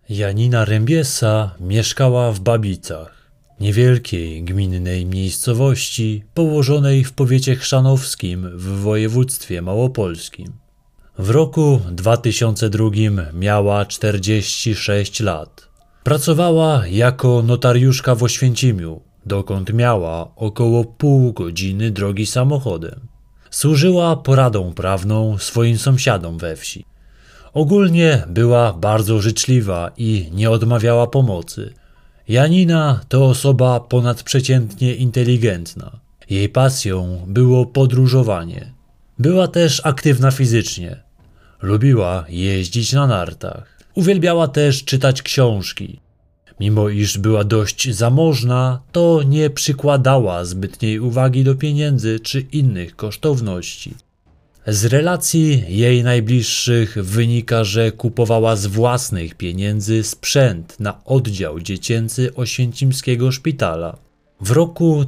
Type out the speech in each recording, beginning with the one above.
Janina Rębiesa mieszkała w Babicach, niewielkiej gminnej miejscowości położonej w powiecie chrzanowskim w województwie małopolskim. W roku 2002 miała 46 lat. Pracowała jako notariuszka w Oświęcimiu, dokąd miała około pół godziny drogi samochodem. Służyła poradą prawną swoim sąsiadom we wsi. Ogólnie była bardzo życzliwa i nie odmawiała pomocy. Janina to osoba ponadprzeciętnie inteligentna. Jej pasją było podróżowanie. Była też aktywna fizycznie. Lubiła jeździć na nartach. Uwielbiała też czytać książki. Mimo iż była dość zamożna, to nie przykładała zbytniej uwagi do pieniędzy czy innych kosztowności. Z relacji jej najbliższych wynika, że kupowała z własnych pieniędzy sprzęt na oddział dziecięcy Oświęcimskiego szpitala. W roku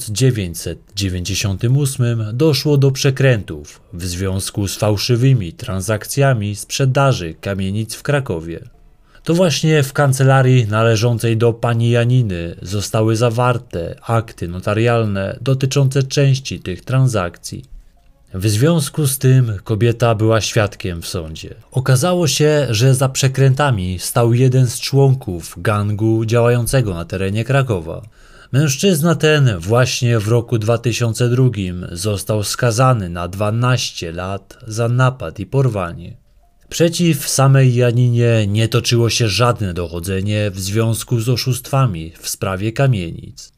1998 doszło do przekrętów w związku z fałszywymi transakcjami sprzedaży kamienic w Krakowie. To właśnie w kancelarii należącej do pani Janiny zostały zawarte akty notarialne dotyczące części tych transakcji. W związku z tym kobieta była świadkiem w sądzie. Okazało się, że za przekrętami stał jeden z członków gangu działającego na terenie Krakowa. Mężczyzna ten właśnie w roku 2002 został skazany na 12 lat za napad i porwanie. Przeciw samej Janinie nie toczyło się żadne dochodzenie w związku z oszustwami w sprawie kamienic.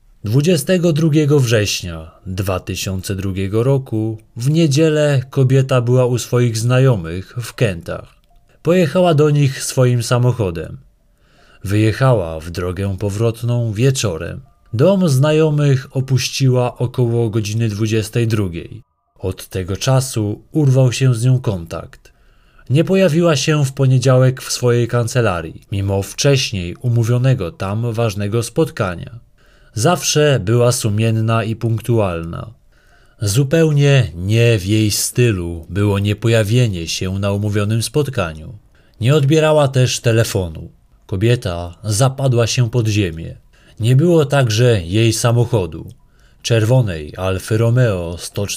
22 września 2002 roku w niedzielę kobieta była u swoich znajomych w Kętach. Pojechała do nich swoim samochodem. Wyjechała w drogę powrotną wieczorem. Dom znajomych opuściła około godziny 22. Od tego czasu urwał się z nią kontakt. Nie pojawiła się w poniedziałek w swojej kancelarii, mimo wcześniej umówionego tam ważnego spotkania. Zawsze była sumienna i punktualna. Zupełnie nie w jej stylu było niepojawienie się na umówionym spotkaniu. Nie odbierała też telefonu. Kobieta zapadła się pod ziemię. Nie było także jej samochodu, czerwonej Alfy Romeo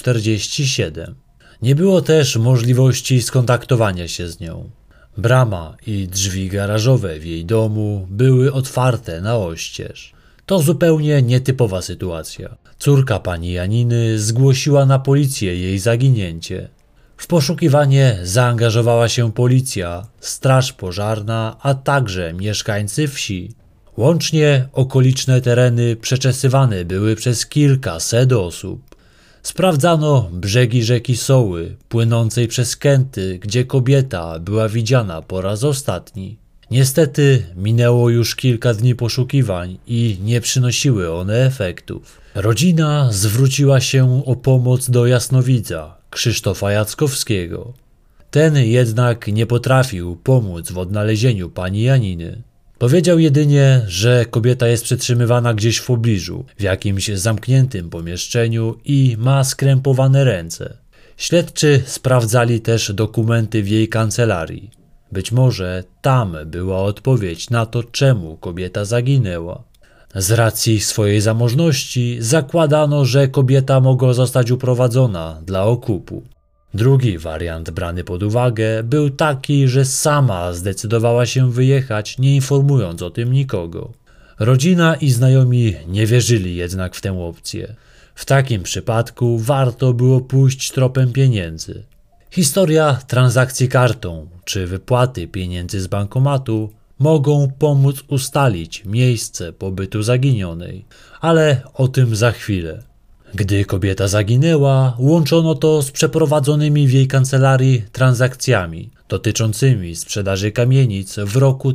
147. Nie było też możliwości skontaktowania się z nią. Brama i drzwi garażowe w jej domu były otwarte na oścież. To zupełnie nietypowa sytuacja. Córka pani Janiny zgłosiła na policję jej zaginięcie. W poszukiwanie zaangażowała się policja, straż pożarna, a także mieszkańcy wsi. Łącznie okoliczne tereny przeczesywane były przez kilkaset osób. Sprawdzano brzegi rzeki Soły, płynącej przez Kęty, gdzie kobieta była widziana po raz ostatni. Niestety minęło już kilka dni poszukiwań i nie przynosiły one efektów. Rodzina zwróciła się o pomoc do jasnowidza, Krzysztofa Jackowskiego. Ten jednak nie potrafił pomóc w odnalezieniu pani Janiny. Powiedział jedynie, że kobieta jest przetrzymywana gdzieś w pobliżu, w jakimś zamkniętym pomieszczeniu i ma skrępowane ręce. Śledczy sprawdzali też dokumenty w jej kancelarii. Być może tam była odpowiedź na to, czemu kobieta zaginęła. Z racji swojej zamożności zakładano, że kobieta mogła zostać uprowadzona dla okupu. Drugi wariant brany pod uwagę był taki, że sama zdecydowała się wyjechać, nie informując o tym nikogo. Rodzina i znajomi nie wierzyli jednak w tę opcję. W takim przypadku warto było pójść tropem pieniędzy. Historia transakcji kartą czy wypłaty pieniędzy z bankomatu mogą pomóc ustalić miejsce pobytu zaginionej, ale o tym za chwilę. Gdy kobieta zaginęła, łączono to z przeprowadzonymi w jej kancelarii transakcjami dotyczącymi sprzedaży kamienic w roku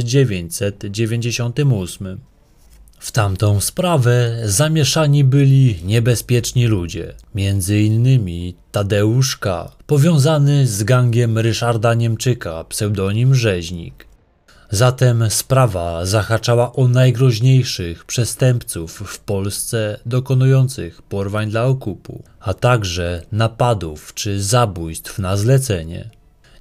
1998. W tamtą sprawę zamieszani byli niebezpieczni ludzie, między innymi Tadeusz K., powiązany z gangiem Ryszarda Niemczyka, pseudonim Rzeźnik. Zatem sprawa zahaczała o najgroźniejszych przestępców w Polsce dokonujących porwań dla okupu, a także napadów czy zabójstw na zlecenie.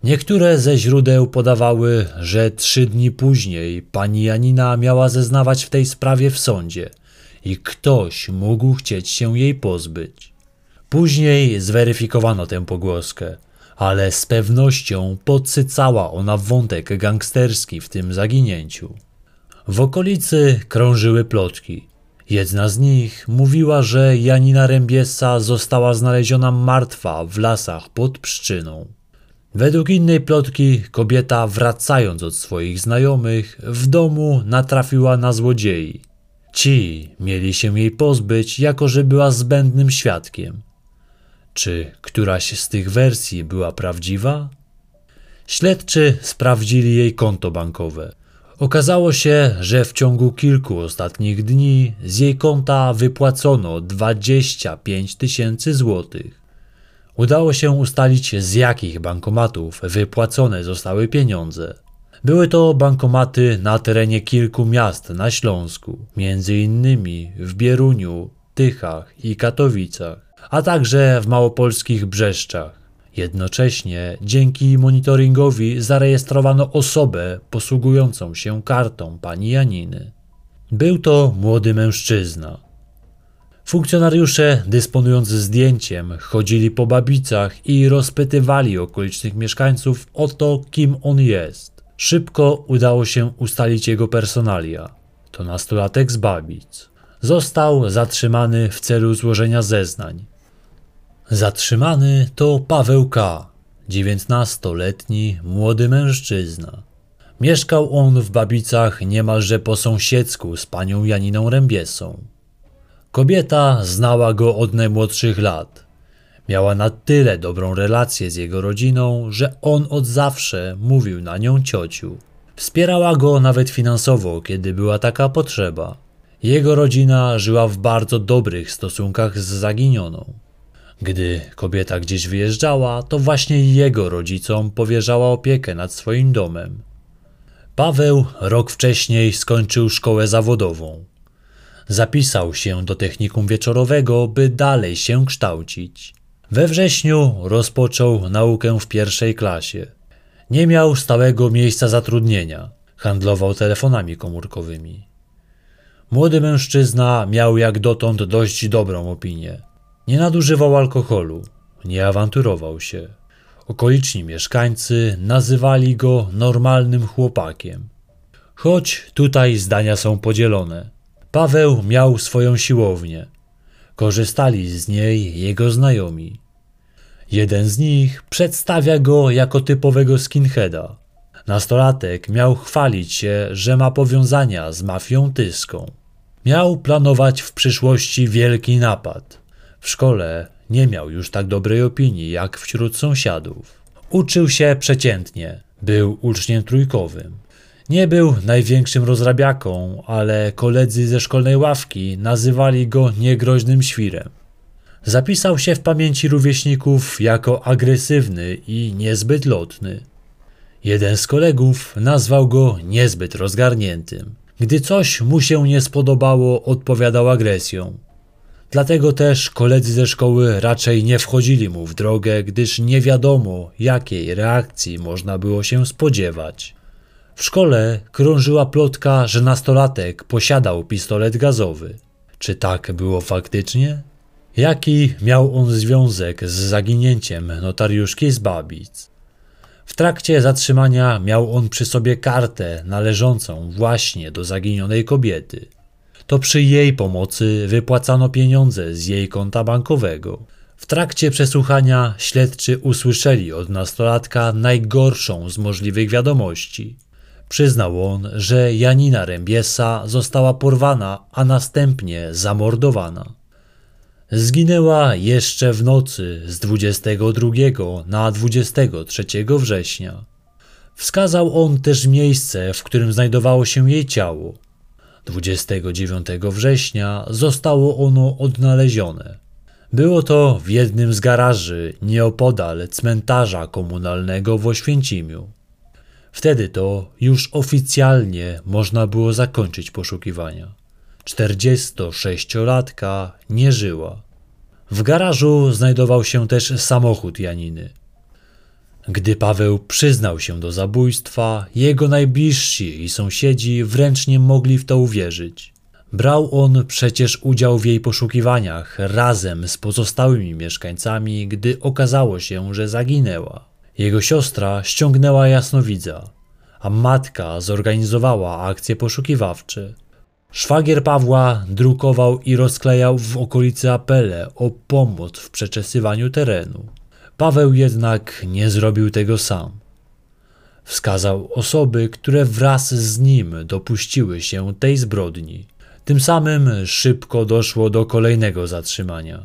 Niektóre ze źródeł podawały, że 3 dni później pani Janina miała zeznawać w tej sprawie w sądzie i ktoś mógł chcieć się jej pozbyć. Później zweryfikowano tę pogłoskę, ale z pewnością podsycała ona wątek gangsterski w tym zaginięciu. W okolicy krążyły plotki. Jedna z nich mówiła, że Janina Rębiesa została znaleziona martwa w lasach pod Pszczyną. Według innej plotki kobieta, wracając od swoich znajomych, w domu natrafiła na złodziei. Ci mieli się jej pozbyć, jako że była zbędnym świadkiem. Czy któraś z tych wersji była prawdziwa? Śledczy sprawdzili jej konto bankowe. Okazało się, że w ciągu kilku ostatnich dni z jej konta wypłacono 25 000 złotych. Udało się ustalić, z jakich bankomatów wypłacone zostały pieniądze. Były to bankomaty na terenie kilku miast na Śląsku, m.in. w Bieruniu, Tychach i Katowicach, a także w małopolskich Brzeszczach. Jednocześnie dzięki monitoringowi zarejestrowano osobę posługującą się kartą pani Janiny. Był to młody mężczyzna. Funkcjonariusze, dysponując zdjęciem, chodzili po Babicach i rozpytywali okolicznych mieszkańców o to, kim on jest. Szybko udało się ustalić jego personalia. To nastolatek z Babic. Został zatrzymany w celu złożenia zeznań. Zatrzymany to Paweł K., 19-letni młody mężczyzna. Mieszkał on w Babicach niemalże po sąsiedzku z panią Janiną Rębiesą. Kobieta znała go od najmłodszych lat. Miała na tyle dobrą relację z jego rodziną, że on od zawsze mówił na nią ciociu. Wspierała go nawet finansowo, kiedy była taka potrzeba. Jego rodzina żyła w bardzo dobrych stosunkach z zaginioną. Gdy kobieta gdzieś wyjeżdżała, to właśnie jego rodzicom powierzała opiekę nad swoim domem. Paweł rok wcześniej skończył szkołę zawodową. Zapisał się do technikum wieczorowego, by dalej się kształcić. We wrześniu rozpoczął naukę w 1. klasie. Nie miał stałego miejsca zatrudnienia. Handlował telefonami komórkowymi. Młody mężczyzna miał jak dotąd dość dobrą opinię. Nie nadużywał alkoholu, nie awanturował się. Okoliczni mieszkańcy nazywali go normalnym chłopakiem. Choć tutaj zdania są podzielone. Paweł miał swoją siłownię. Korzystali z niej jego znajomi. Jeden z nich przedstawia go jako typowego skinheada. Nastolatek miał chwalić się, że ma powiązania z mafią tyską. Miał planować w przyszłości wielki napad. W szkole nie miał już tak dobrej opinii jak wśród sąsiadów. Uczył się przeciętnie, był uczniem trójkowym. Nie był największym rozrabiaką, ale koledzy ze szkolnej ławki nazywali go niegroźnym świrem. Zapisał się w pamięci rówieśników jako agresywny i niezbyt lotny. Jeden z kolegów nazwał go niezbyt rozgarniętym. Gdy coś mu się nie spodobało, odpowiadał agresją. Dlatego też koledzy ze szkoły raczej nie wchodzili mu w drogę, gdyż nie wiadomo, jakiej reakcji można było się spodziewać. W szkole krążyła plotka, że nastolatek posiadał pistolet gazowy. Czy tak było faktycznie? Jaki miał on związek z zaginięciem notariuszki z Babic? W trakcie zatrzymania miał on przy sobie kartę należącą właśnie do zaginionej kobiety. To przy jej pomocy wypłacano pieniądze z jej konta bankowego. W trakcie przesłuchania śledczy usłyszeli od nastolatka najgorszą z możliwych wiadomości. Przyznał on, że Janina Rębiesa została porwana, a następnie zamordowana. Zginęła jeszcze w nocy z 22 na 23 września. Wskazał on też miejsce, w którym znajdowało się jej ciało. 29 września zostało ono odnalezione. Było to w jednym z garaży nieopodal cmentarza komunalnego w Oświęcimiu. Wtedy to już oficjalnie można było zakończyć poszukiwania. 46-latka nie żyła. W garażu znajdował się też samochód Janiny. Gdy Paweł przyznał się do zabójstwa, jego najbliżsi i sąsiedzi wręcz nie mogli w to uwierzyć. Brał on przecież udział w jej poszukiwaniach razem z pozostałymi mieszkańcami, gdy okazało się, że zaginęła. Jego siostra ściągnęła jasnowidza, a matka zorganizowała akcje poszukiwawcze. Szwagier Pawła drukował i rozklejał w okolicy apele o pomoc w przeczesywaniu terenu. Paweł jednak nie zrobił tego sam. Wskazał osoby, które wraz z nim dopuściły się tej zbrodni. Tym samym szybko doszło do kolejnego zatrzymania.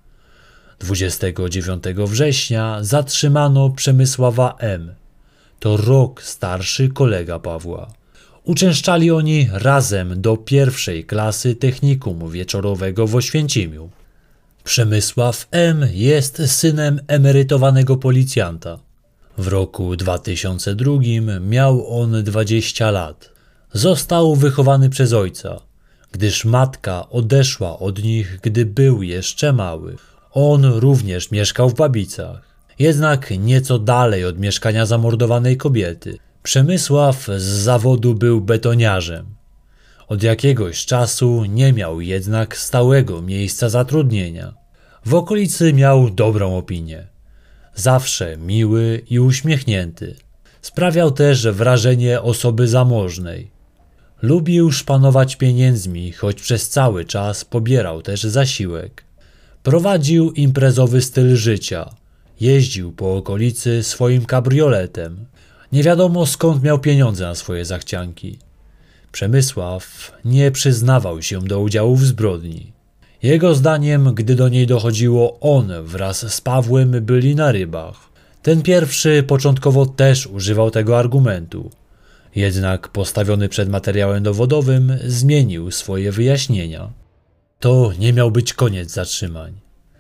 29 września zatrzymano Przemysława M. To rok starszy kolega Pawła. Uczęszczali oni razem do pierwszej klasy technikum wieczorowego w Oświęcimiu. Przemysław M. jest synem emerytowanego policjanta. W roku 2002 miał on 20 lat. Został wychowany przez ojca, gdyż matka odeszła od nich, gdy był jeszcze mały. On również mieszkał w Babicach, jednak nieco dalej od mieszkania zamordowanej kobiety. Przemysław z zawodu był betoniarzem. Od jakiegoś czasu nie miał jednak stałego miejsca zatrudnienia. W okolicy miał dobrą opinię. Zawsze miły i uśmiechnięty. Sprawiał też wrażenie osoby zamożnej. Lubił szpanować pieniędzmi, choć przez cały czas pobierał też zasiłek. Prowadził imprezowy styl życia. Jeździł po okolicy swoim kabrioletem. Nie wiadomo skąd miał pieniądze na swoje zachcianki. Przemysław nie przyznawał się do udziału w zbrodni. Jego zdaniem, gdy do niej dochodziło, on wraz z Pawłem byli na rybach. Ten pierwszy początkowo też używał tego argumentu. Jednak postawiony przed materiałem dowodowym zmienił swoje wyjaśnienia. To nie miał być koniec zatrzymań.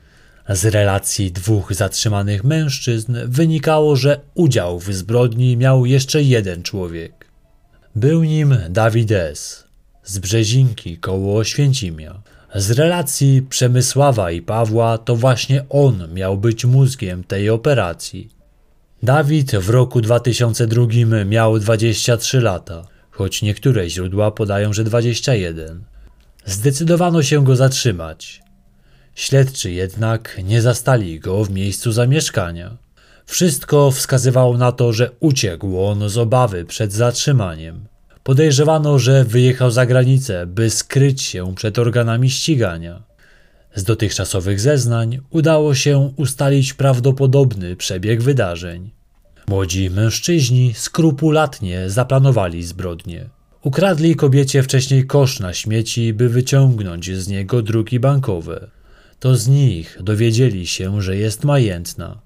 Z relacji dwóch zatrzymanych mężczyzn wynikało, że udział w zbrodni miał jeszcze jeden człowiek. Był nim Dawid S. z Brzezinki koło Oświęcimia. Z relacji Przemysława i Pawła to właśnie on miał być mózgiem tej operacji. Dawid w roku 2002 miał 23 lata, choć niektóre źródła podają, że 21. Zdecydowano się go zatrzymać. Śledczy jednak nie zastali go w miejscu zamieszkania. Wszystko wskazywało na to, że uciekł on z obawy przed zatrzymaniem. Podejrzewano, że wyjechał za granicę, by skryć się przed organami ścigania. Z dotychczasowych zeznań udało się ustalić prawdopodobny przebieg wydarzeń. Młodzi mężczyźni skrupulatnie zaplanowali zbrodnię. Ukradli kobiecie wcześniej kosz na śmieci, by wyciągnąć z niego druki bankowe. To z nich dowiedzieli się, że jest majętna.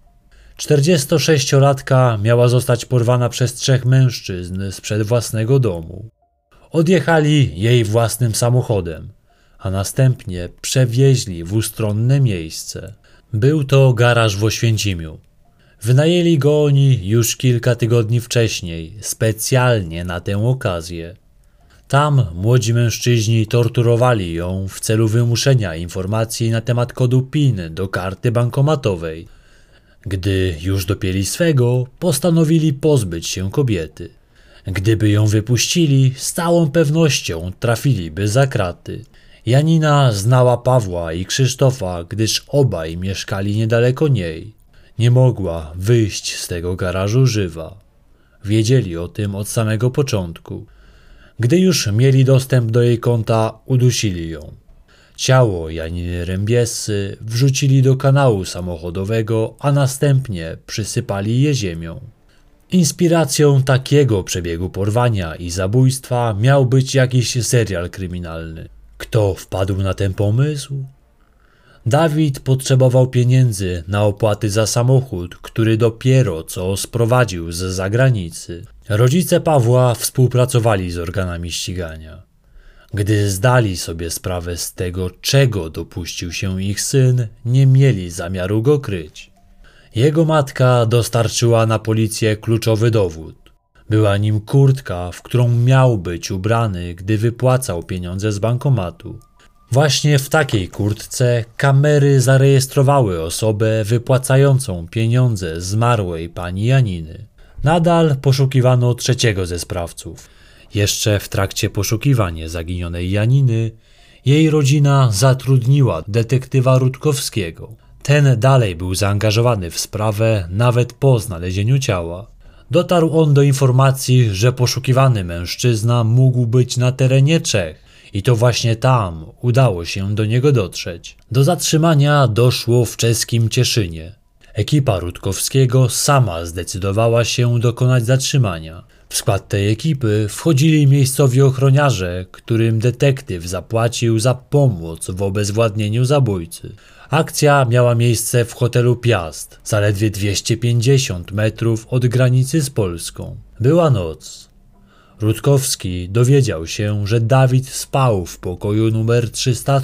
46-latka miała zostać porwana przez 3 mężczyzn sprzed własnego domu. Odjechali jej własnym samochodem, a następnie przewieźli w ustronne miejsce. Był to garaż w Oświęcimiu. Wynajęli go oni już kilka tygodni wcześniej, specjalnie na tę okazję. Tam młodzi mężczyźni torturowali ją w celu wymuszenia informacji na temat kodu PIN do karty bankomatowej. Gdy już dopięli swego, postanowili pozbyć się kobiety. Gdyby ją wypuścili, z całą pewnością trafiliby za kraty. Janina znała Pawła i Krzysztofa, gdyż obaj mieszkali niedaleko niej. Nie mogła wyjść z tego garażu żywa. Wiedzieli o tym od samego początku. Gdy już mieli dostęp do jej konta, udusili ją. Ciało Janiny Rębiesy wrzucili do kanału samochodowego, a następnie przysypali je ziemią. Inspiracją takiego przebiegu porwania i zabójstwa miał być jakiś serial kryminalny. Kto wpadł na ten pomysł? Dawid potrzebował pieniędzy na opłaty za samochód, który dopiero co sprowadził z zagranicy. Rodzice Pawła współpracowali z organami ścigania. Gdy zdali sobie sprawę z tego, czego dopuścił się ich syn, nie mieli zamiaru go kryć. Jego matka dostarczyła na policję kluczowy dowód. Była nim kurtka, w którą miał być ubrany, gdy wypłacał pieniądze z bankomatu. Właśnie w takiej kurtce kamery zarejestrowały osobę wypłacającą pieniądze zmarłej pani Janiny. Nadal poszukiwano trzeciego ze sprawców. Jeszcze w trakcie poszukiwania zaginionej Janiny jej rodzina zatrudniła detektywa Rutkowskiego. Ten dalej był zaangażowany w sprawę nawet po znalezieniu ciała. Dotarł on do informacji, że poszukiwany mężczyzna mógł być na terenie Czech i to właśnie tam udało się do niego dotrzeć. Do zatrzymania doszło w czeskim Cieszynie. Ekipa Rutkowskiego sama zdecydowała się dokonać zatrzymania. W skład tej ekipy wchodzili miejscowi ochroniarze, którym detektyw zapłacił za pomoc w obezwładnieniu zabójcy. Akcja miała miejsce w hotelu Piast, zaledwie 250 metrów od granicy z Polską. Była noc. Rutkowski dowiedział się, że Dawid spał w pokoju numer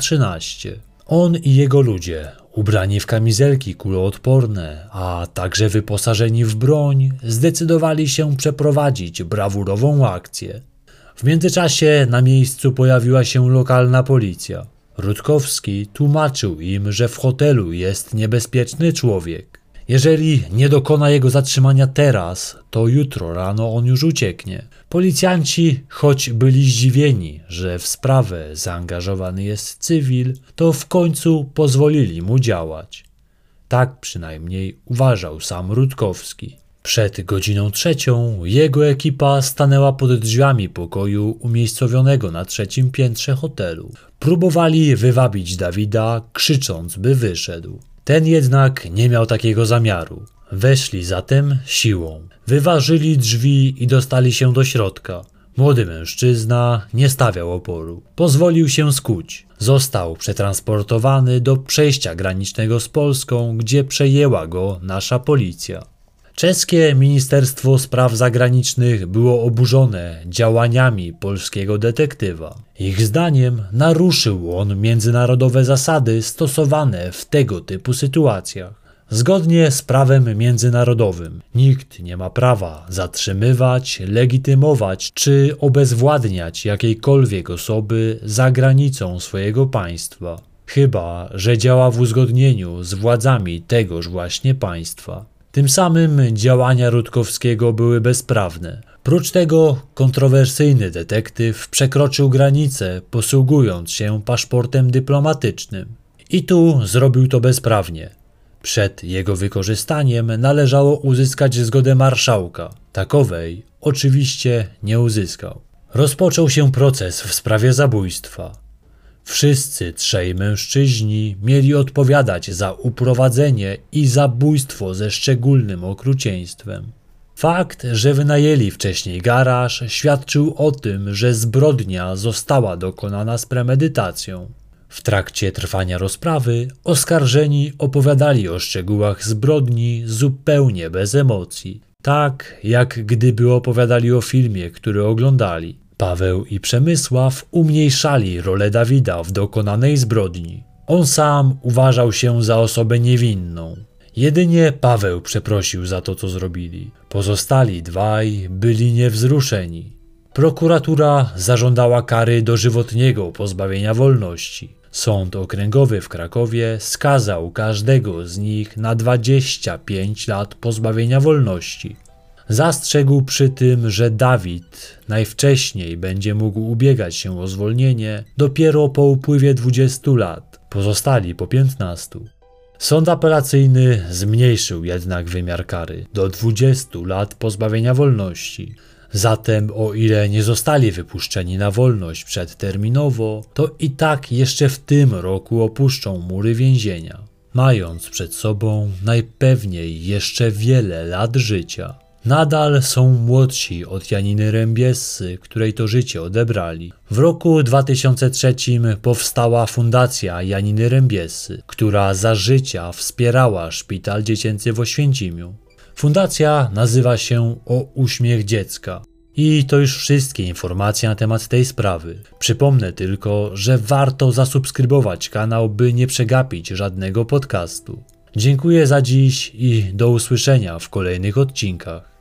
313. On i jego ludzie, ubrani w kamizelki kuloodporne, a także wyposażeni w broń, zdecydowali się przeprowadzić brawurową akcję. W międzyczasie na miejscu pojawiła się lokalna policja. Rutkowski tłumaczył im, że w hotelu jest niebezpieczny człowiek. Jeżeli nie dokona jego zatrzymania teraz, to jutro rano on już ucieknie. Policjanci, choć byli zdziwieni, że w sprawę zaangażowany jest cywil, to w końcu pozwolili mu działać. Tak przynajmniej uważał sam Rutkowski. Przed godziną 3 jego ekipa stanęła pod drzwiami pokoju umiejscowionego na 3. piętrze hotelu. Próbowali wywabić Dawida, krzycząc, by wyszedł. Ten jednak nie miał takiego zamiaru. Weszli zatem siłą. Wyważyli drzwi i dostali się do środka. Młody mężczyzna nie stawiał oporu. Pozwolił się skuć. Został przetransportowany do przejścia granicznego z Polską, gdzie przejęła go nasza policja. Czeskie Ministerstwo Spraw Zagranicznych było oburzone działaniami polskiego detektywa. Ich zdaniem naruszył on międzynarodowe zasady stosowane w tego typu sytuacjach. Zgodnie z prawem międzynarodowym nikt nie ma prawa zatrzymywać, legitymować czy obezwładniać jakiejkolwiek osoby za granicą swojego państwa, chyba że działa w uzgodnieniu z władzami tegoż właśnie państwa. Tym samym działania Rutkowskiego były bezprawne. Prócz tego kontrowersyjny detektyw przekroczył granicę, posługując się paszportem dyplomatycznym. I tu zrobił to bezprawnie. Przed jego wykorzystaniem należało uzyskać zgodę marszałka. Takowej oczywiście nie uzyskał. Rozpoczął się proces w sprawie zabójstwa. Wszyscy trzej mężczyźni mieli odpowiadać za uprowadzenie i zabójstwo ze szczególnym okrucieństwem. Fakt, że wynajęli wcześniej garaż, świadczył o tym, że zbrodnia została dokonana z premedytacją. W trakcie trwania rozprawy oskarżeni opowiadali o szczegółach zbrodni zupełnie bez emocji, tak jak gdyby opowiadali o filmie, który oglądali. Paweł i Przemysław umniejszali rolę Dawida w dokonanej zbrodni. On sam uważał się za osobę niewinną. Jedynie Paweł przeprosił za to, co zrobili. Pozostali dwaj byli niewzruszeni. Prokuratura zażądała kary dożywotniego pozbawienia wolności. Sąd okręgowy w Krakowie skazał każdego z nich na 25 lat pozbawienia wolności. Zastrzegł przy tym, że Dawid najwcześniej będzie mógł ubiegać się o zwolnienie dopiero po upływie 20 lat, pozostali po 15. Sąd apelacyjny zmniejszył jednak wymiar kary do 20 lat pozbawienia wolności. Zatem o ile nie zostali wypuszczeni na wolność przedterminowo, to i tak jeszcze w tym roku opuszczą mury więzienia, mając przed sobą najpewniej jeszcze wiele lat życia. Nadal są młodsi od Janiny Rębiesy, której to życie odebrali. W roku 2003 powstała Fundacja Janiny Rębiesy, która za życia wspierała Szpital Dziecięcy w Oświęcimiu. Fundacja nazywa się O Uśmiech Dziecka. I to już wszystkie informacje na temat tej sprawy. Przypomnę tylko, że warto zasubskrybować kanał, by nie przegapić żadnego podcastu. Dziękuję za dziś i do usłyszenia w kolejnych odcinkach.